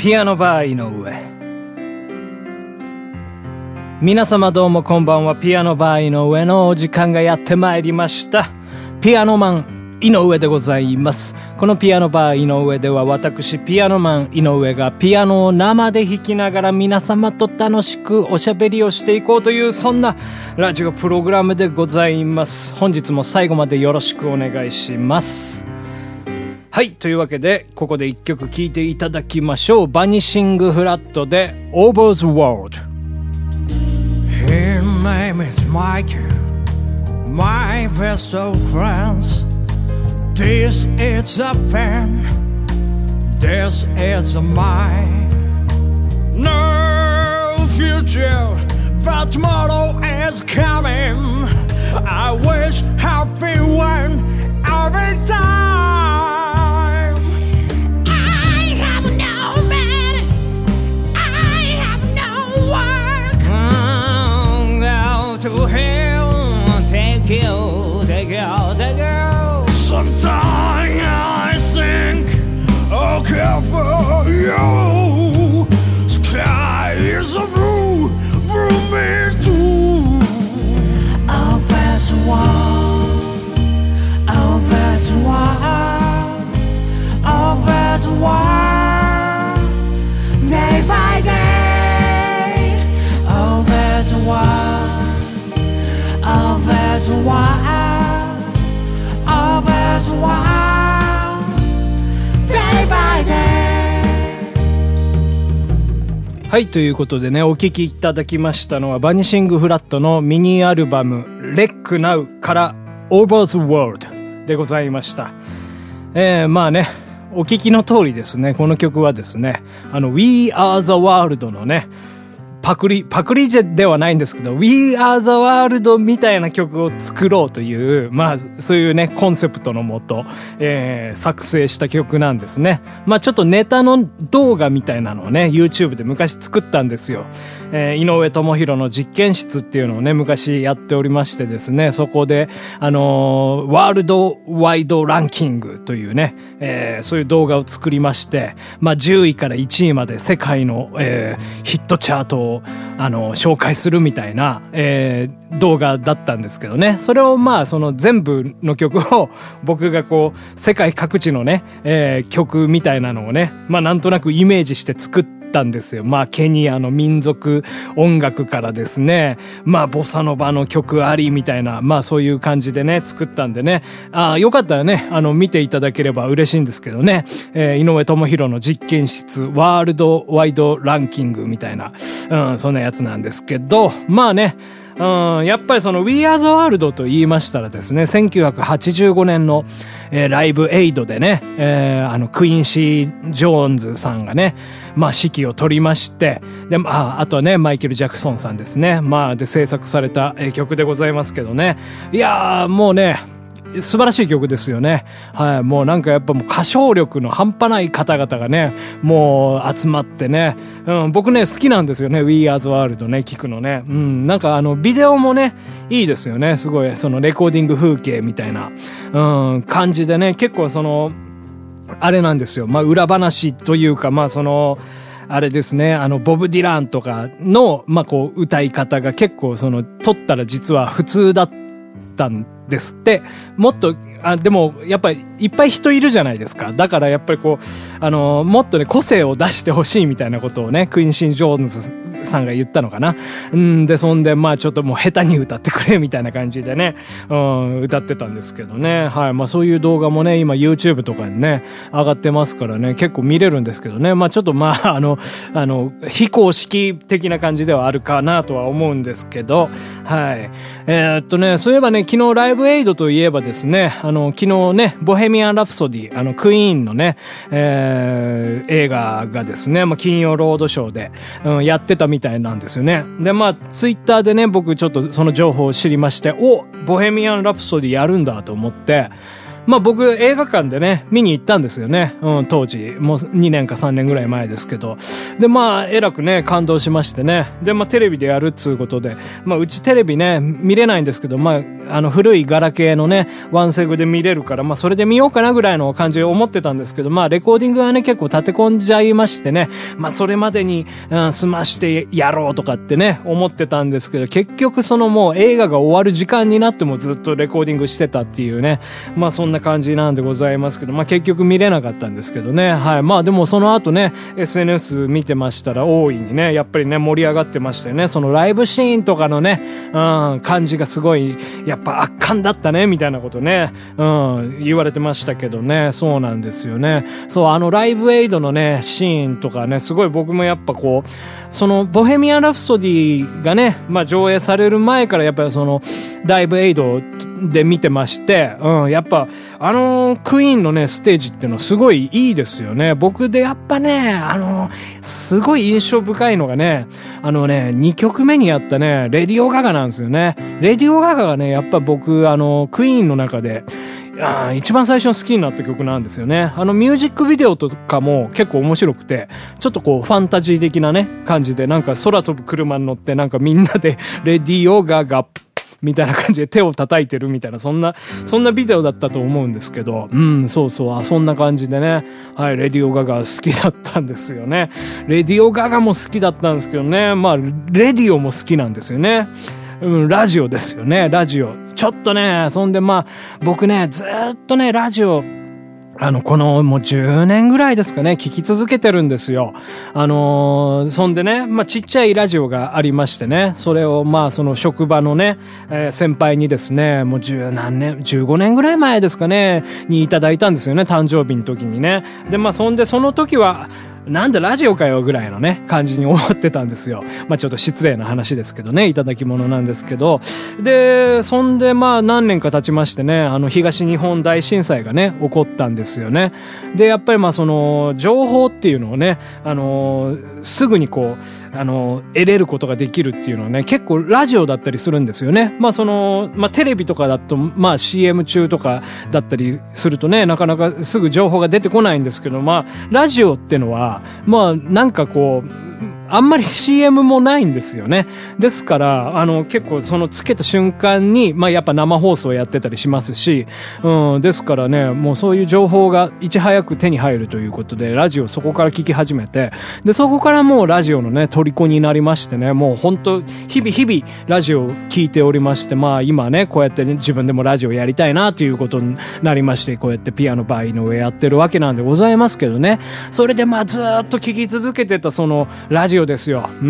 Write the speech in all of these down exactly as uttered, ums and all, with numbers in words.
ピアノバー井上。皆様どうもこんばんは。ピアノバー井上のお時間がやってまいりました。ピアノマン井上でございます。このピアノバー井上では、私ピアノマン井上がピアノを生で弾きながら皆様と楽しくおしゃべりをしていこうという、そんなラジオプログラムでございます。本日も最後までよろしくお願いします。はい、というわけでここで一曲聴いていただきましょう。バニシングフラットで Over the World。 His name is Michael, my best of friends. This is a pen, this is mine. No future, but tomorrow is coming. I wish happy one every time.To hell, take you, take you, take you. Sometimes I think I'll care for you. Sky is a blue, blue me too. Oh, that's why, oh, that's why, oh, that's why. Day by day, oh, that's why.Oh, that's why, oh, that's why, day by day. はい、ということでね、お聴きいただきましたのはバニシングフラットのミニアルバム Wreck Now から Over the World でございました。えー、まあね、お聞きの通りですね、この曲はですね、あの We Are the World のね、パクリ、パクリジェではないんですけど、We Are the World みたいな曲を作ろうという、まあ、そういうね、コンセプトのもと、えー、作成した曲なんですね。まあ、ちょっとネタの動画みたいなのをね、YouTube で昔作ったんですよ。えー、井上智弘の実験室っていうのをね、昔やっておりましてですね、そこで、あのー、ワールドワイドランキングというね、えー、そういう動画を作りまして、まあ、じゅういからいちいまで世界の、えー、ヒットチャートをあの紹介するみたいな、えー、動画だったんですけどね。それをまあその全部の曲を僕がこう世界各地のね、えー、曲みたいなのをね、まあなんとなくイメージして作ったんですよ。まあケニアの民族音楽からですね、まあボサノバの曲ありみたいな、まあそういう感じでね作ったんでね、ああよかったらね、あの見ていただければ嬉しいんですけどね、えー、井上智弘の実験室ワールドワイドランキングみたいな、うん、そんなやつなんですけど、まあね、うん、やっぱりその We Are the World と言いましたらですね、せんきゅうひゃくはちじゅうごねんの、えー、ライブエイドでね、えー、あのクイーンシー・ジョーンズさんがね、まあ指揮を取りまして、で、まあ、あとはね、マイケル・ジャクソンさんですね。まあ、で制作された、えー、曲でございますけどね。いやー、もうね、素晴らしい曲ですよね。はい。もうなんかやっぱもう歌唱力の半端ない方々がね、もう集まってね。うん、僕ね、好きなんですよね。We Are the World ね、聞くのね。うん、なんかあの、ビデオもね、いいですよね。すごい、そのレコーディング風景みたいな、うん、感じでね、結構その、あれなんですよ。まあ、裏話というか、まあ、その、あれですね、あの、ボブ・ディランとかの、まあ、こう、歌い方が結構その、撮ったら実は普通だったんですって。もっと、あ、でも、やっぱりいっぱい人いるじゃないですか。だからやっぱりこう、あの、もっとね、個性を出してほしいみたいなことをね、クイーンシー・ジョーンズさんが言ったのかな。うんで、そんで、まあちょっともう下手に歌ってくれみたいな感じでね、うん、歌ってたんですけどね。はい。まあそういう動画もね、今 YouTube とかにね、上がってますからね、結構見れるんですけどね。まあちょっとまあ、あの、あの、非公式的な感じではあるかなとは思うんですけど、はい。えー、っとね、そういえばね、昨日ライブエイドといえばですね、あの、昨日ね、ボヘミアン・ラプソディ、あの、クイーンのね、えー、映画がですね、まあ、金曜ロードショーで、うん、やってたみたいなんですよね。で、まあ、ツイッターでね、僕ちょっとその情報を知りまして、お、ボヘミアン・ラプソディやるんだと思って、 まあ僕映画館でね、見に行ったんですよね。うん、当時。もうにねんかさんねんぐらい前ですけど。で、まあ、えらくね、感動しましてね。で、まあテレビでやるっつうことで、まあうちテレビね、見れないんですけど、まあ、あの古いガラケーのね、ワンセグで見れるから、まあそれで見ようかなぐらいの感じで思ってたんですけど、まあレコーディングはね、結構立て込んじゃいましてね、まあそれまでに、うん、済ましてやろうとかってね、思ってたんですけど、結局そのもう映画が終わる時間になってもずっとレコーディングしてたっていうね、まあそんな感じなんでございますけど、まあ結局見れなかったんですけどね。はい。まあでもその後ね、エスエヌエス 見てましたら大いにね、やっぱりね、盛り上がってましたよね。そのライブシーンとかのね、うん、感じがすごい、やっぱ圧巻だったね、みたいなことね、うん、言われてましたけどね、そうなんですよね。そう、あのライブエイドのね、シーンとかね、すごい僕もやっぱこう、そのボヘミアン・ラプソディがね、まあ上映される前からやっぱりそのライブエイドで見てまして、うん、やっぱあのクイーンのねステージっていうのはすごいいいですよね。僕でやっぱね、あのすごい印象深いのがね、あのねにきょくめにやったねレディオガガなんですよね。レディオガガがね、やっぱ僕あのクイーンの中であ一番最初の好きになった曲なんですよね。あのミュージックビデオとかも結構面白くて、ちょっとこうファンタジー的なね感じで、なんか空飛ぶ車に乗ってなんかみんなでレディオガガみたいな感じで手を叩いてるみたいな、そんなそんなビデオだったと思うんですけど、うんそうそう、あそんな感じでね、はいレディオガガ好きだったんですよね。レディオガガも好きだったんですけどね、まあレディオも好きなんですよね。うん、ラジオですよね、ラジオ。ちょっとね、そんでまあ、僕ね、ずーっとね、ラジオ、あの、この、もうじゅうねんぐらいですかね、聞き続けてるんですよ。あのー、そんでね、まあ、ちっちゃいラジオがありましてね、それを、まあ、その職場のね、えー、先輩にですね、もう十何年、じゅうごねんぐらい前ですかね、にいただいたんですよね、誕生日の時にね。で、まあ、そんで、その時は、なんだラジオかよぐらいのね感じに思ってたんですよ。まあちょっと失礼な話ですけどね、いただき物なんですけど、でそんでまあ何年か経ちましてね、あの東日本大震災がね起こったんですよね。でやっぱりまあその情報っていうのをね、あのー、すぐにこうあのー、得れることができるっていうのはね、結構ラジオだったりするんですよね。まあそのまあテレビとかだとまあ シーエム 中とかだったりするとね、なかなかすぐ情報が出てこないんですけど、まあラジオってのはまあなんかこうあんまり シーエム もないんですよね。ですからあの結構そのつけた瞬間にまあやっぱ生放送やってたりしますし、うんですからね、もうそういう情報がいち早く手に入るということで、ラジオそこから聞き始めて、でそこからもうラジオのね虜になりましてね、もう本当日々日々ラジオを聞いておりまして、まあ今ねこうやってね自分でもラジオやりたいなということになりまして、こうやってピアノバイの上やってるわけなんでございますけどね。それでまあずーっと聞き続けてたそのラジオですよ。うん、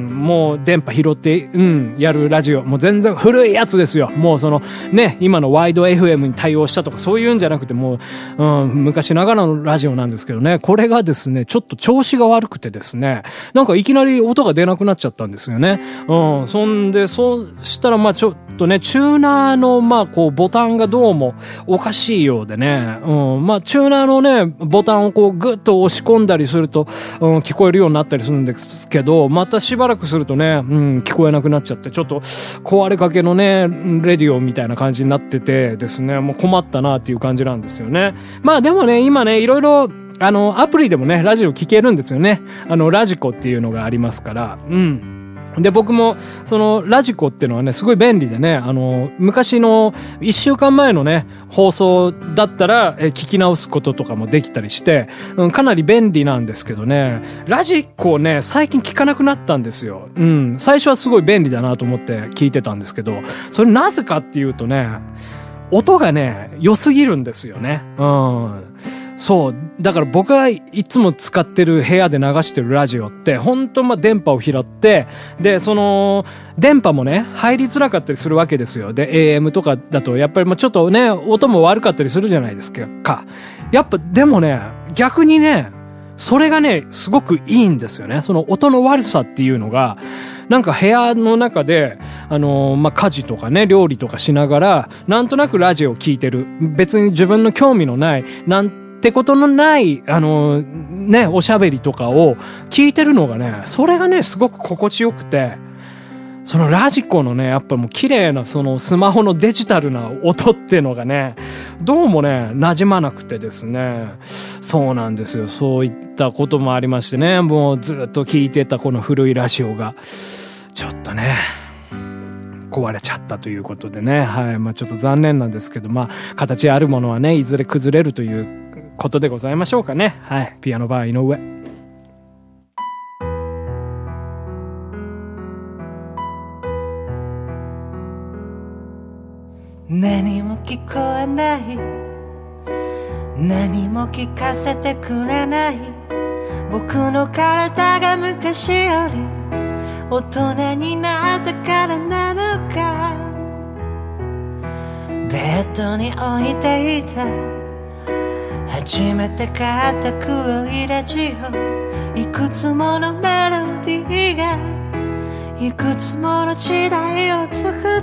もう電波拾って、うん、やるラジオ。もう全然古いやつですよ。もうそのね、今のワイド エフエム に対応したとかそういうんじゃなくて、もう、うん、昔ながらのラジオなんですけどね。これがですね、ちょっと調子が悪くてですね、なんかいきなり音が出なくなっちゃったんですよね。うん、そんで、そうしたらまあちょっとね、チューナーのまあこうボタンがどうもおかしいようでね、うん、まあチューナーのね、ボタンをこうグッと押し込んだりすると、うん、聞こえるようになったりするんですけど、またしばらくするとね、うん、聞こえなくなっちゃって、ちょっと壊れかけのね、レディオみたいな感じになっててですね、もう困ったなっていう感じなんですよね。まあでもね、今ね、いろいろ、あの、アプリでもね、ラジオ聞けるんですよね。あの、ラジコっていうのがありますから、うん。で、僕も、その、ラジコっていうのはね、すごい便利でね、あの、昔の、一週間前のね、放送だったら、え、聞き直すこととかもできたりして、うん、かなり便利なんですけどね、ラジコね、最近聞かなくなったんですよ。うん、最初はすごい便利だなと思って聞いてたんですけど、それなぜかっていうとね、音がね、良すぎるんですよね。うん。そう。だから僕がいつも使ってる部屋で流してるラジオって、ほんとまあ電波を拾って、で、その、電波もね、入りづらかったりするわけですよ。で、エーエム とかだと、やっぱりまあちょっとね、音も悪かったりするじゃないですか。やっぱ、でもね、逆にね、それがね、すごくいいんですよね。その音の悪さっていうのが、なんか部屋の中で、あのー、まあ、家事とかね、料理とかしながら、なんとなくラジオを聞いてる。別に自分の興味のない、なんってことのない、あのー、ね、おしゃべりとかを聞いてるのがね、それがね、すごく心地よくて、 そのラジコのね、やっぱもう綺麗なそのスマホのデジタルな音ってのがね、どうもね、馴染まなくてですね。そうなんですよ。そういったこともありましてね、もうずっと聞いてたこの古いラジオが、ちょっとね、壊れちゃったということでね。はい。まあちょっと残念なんですけど、まあ形あるものはね、いずれ崩れるということでございましょうかね。はい。ピアノバー井上。 何も聞こえない、何も聞かせてくれない、僕の体が昔より大人になったからなのか。ベッドに置いていた初めて買った黒いラジオ、いくつものメロディーがいくつもの時代を作った。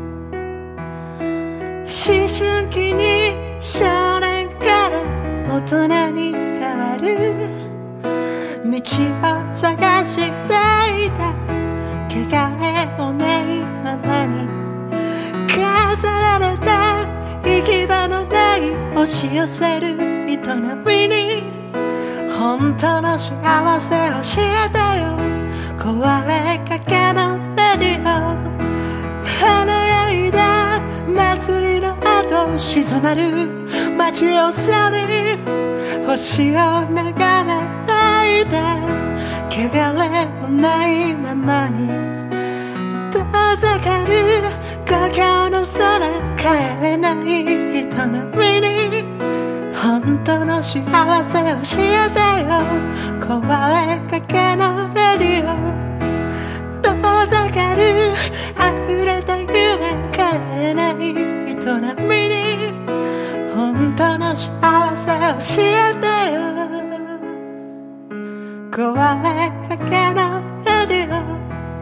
思春期に少年から大人に変わる道を探していた、汚れもないままに飾られた行き場のない押し寄せる営みに本当の幸せ教えてよ、壊れかけのレディオ。華やいだ祭りの後静まる街を背に星を眺めていた、汚れもないままに遠ざかる故郷の空、帰れない営みに本当の幸せ教えてよ、壊れかけのレディオ。遠ざかる溢れた夢、帰れない営みに本当の幸せ教えてよ、壊れかけのレディオ。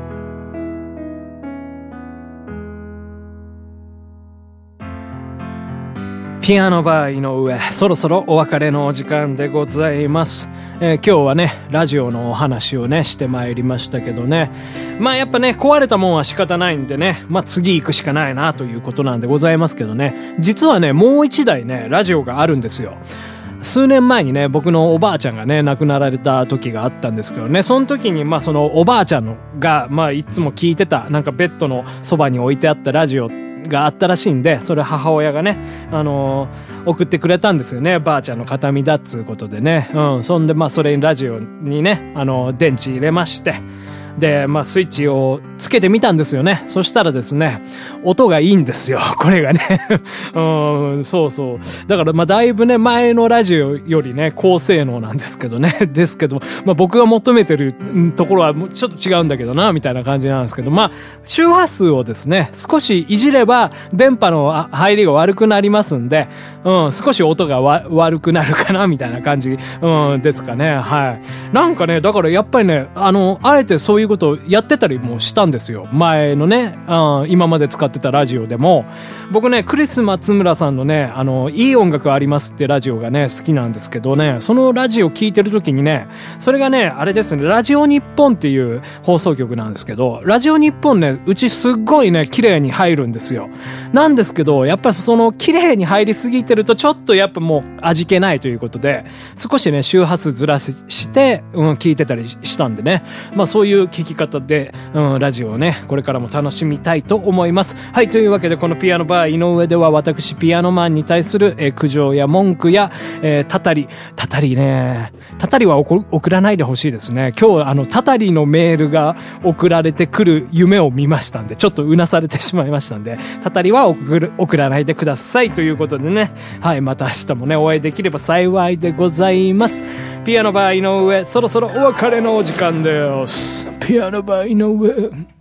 ピアノバー井上、そろそろお別れのお時間でございます。えー、今日はね、ラジオのお話をね、してまいりましたけどね。まあやっぱね、壊れたもんは仕方ないんでね、まあ次行くしかないなということなんでございますけどね。実はね、もう一台ね、ラジオがあるんですよ。数年前にね、僕のおばあちゃんがね、亡くなられた時があったんですけどね、その時に、まあそのおばあちゃんのが、まあいつも聞いてた、なんかベッドのそばに置いてあったラジオがあったらしいんで、それ母親がね、あのー、送ってくれたんですよね。ばあちゃんの形見だっつうことでね。うん。そんで、まあ、それにラジオにね、あのー、電池入れまして、で、まあ、スイッチをつけてみたんですよね。そしたらですね、音がいいんですよ。これがね。うん、そうそう。だから、まあ、だいぶね、前のラジオよりね、高性能なんですけどね。ですけど、まあ、僕が求めてるところはちょっと違うんだけどな、みたいな感じなんですけど、まあ、周波数をですね、少しいじれば、電波の入りが悪くなりますんで、うん、少し音がわ悪くなるかな、みたいな感じ、うん、ですかね。はい。なんかね、だからやっぱりね、あの、あえてそういうことをやってたりもしたんですよ。前のね、うん、今まで使ってたラジオでも。僕ね、クリス松村さんのね、あの、いい音楽ありますってラジオがね、好きなんですけどね、そのラジオ聞いてる時にね、それがね、あれですね、ラジオ日本っていう放送局なんですけど、ラジオ日本ね、うちすっごいね、綺麗に入るんですよ。なんですけど、やっぱその綺麗に入りすぎてるとちょっとやっぱもう味気ないということで、少しね、周波数ずらしして、うん、聞いてたりしたんでね、まあそういう聞き方で、うん、ラジオをね、これからも楽しみたいと思います。はい、というわけでこのピアノバー井上では私ピアノマンに対する、えー、苦情や文句や、えー、たたり、たたりね、たたりは送らないでほしいですね。今日あの、たたりのメールが送られてくる夢を見ましたんで、ちょっとうなされてしまいましたんで、たたりは送る、送らないでくださいということでね、はい、また明日もね、お会いできれば幸いでございます。ピアノバー井上、そろそろお別れのお時間です。ピアノバー井上。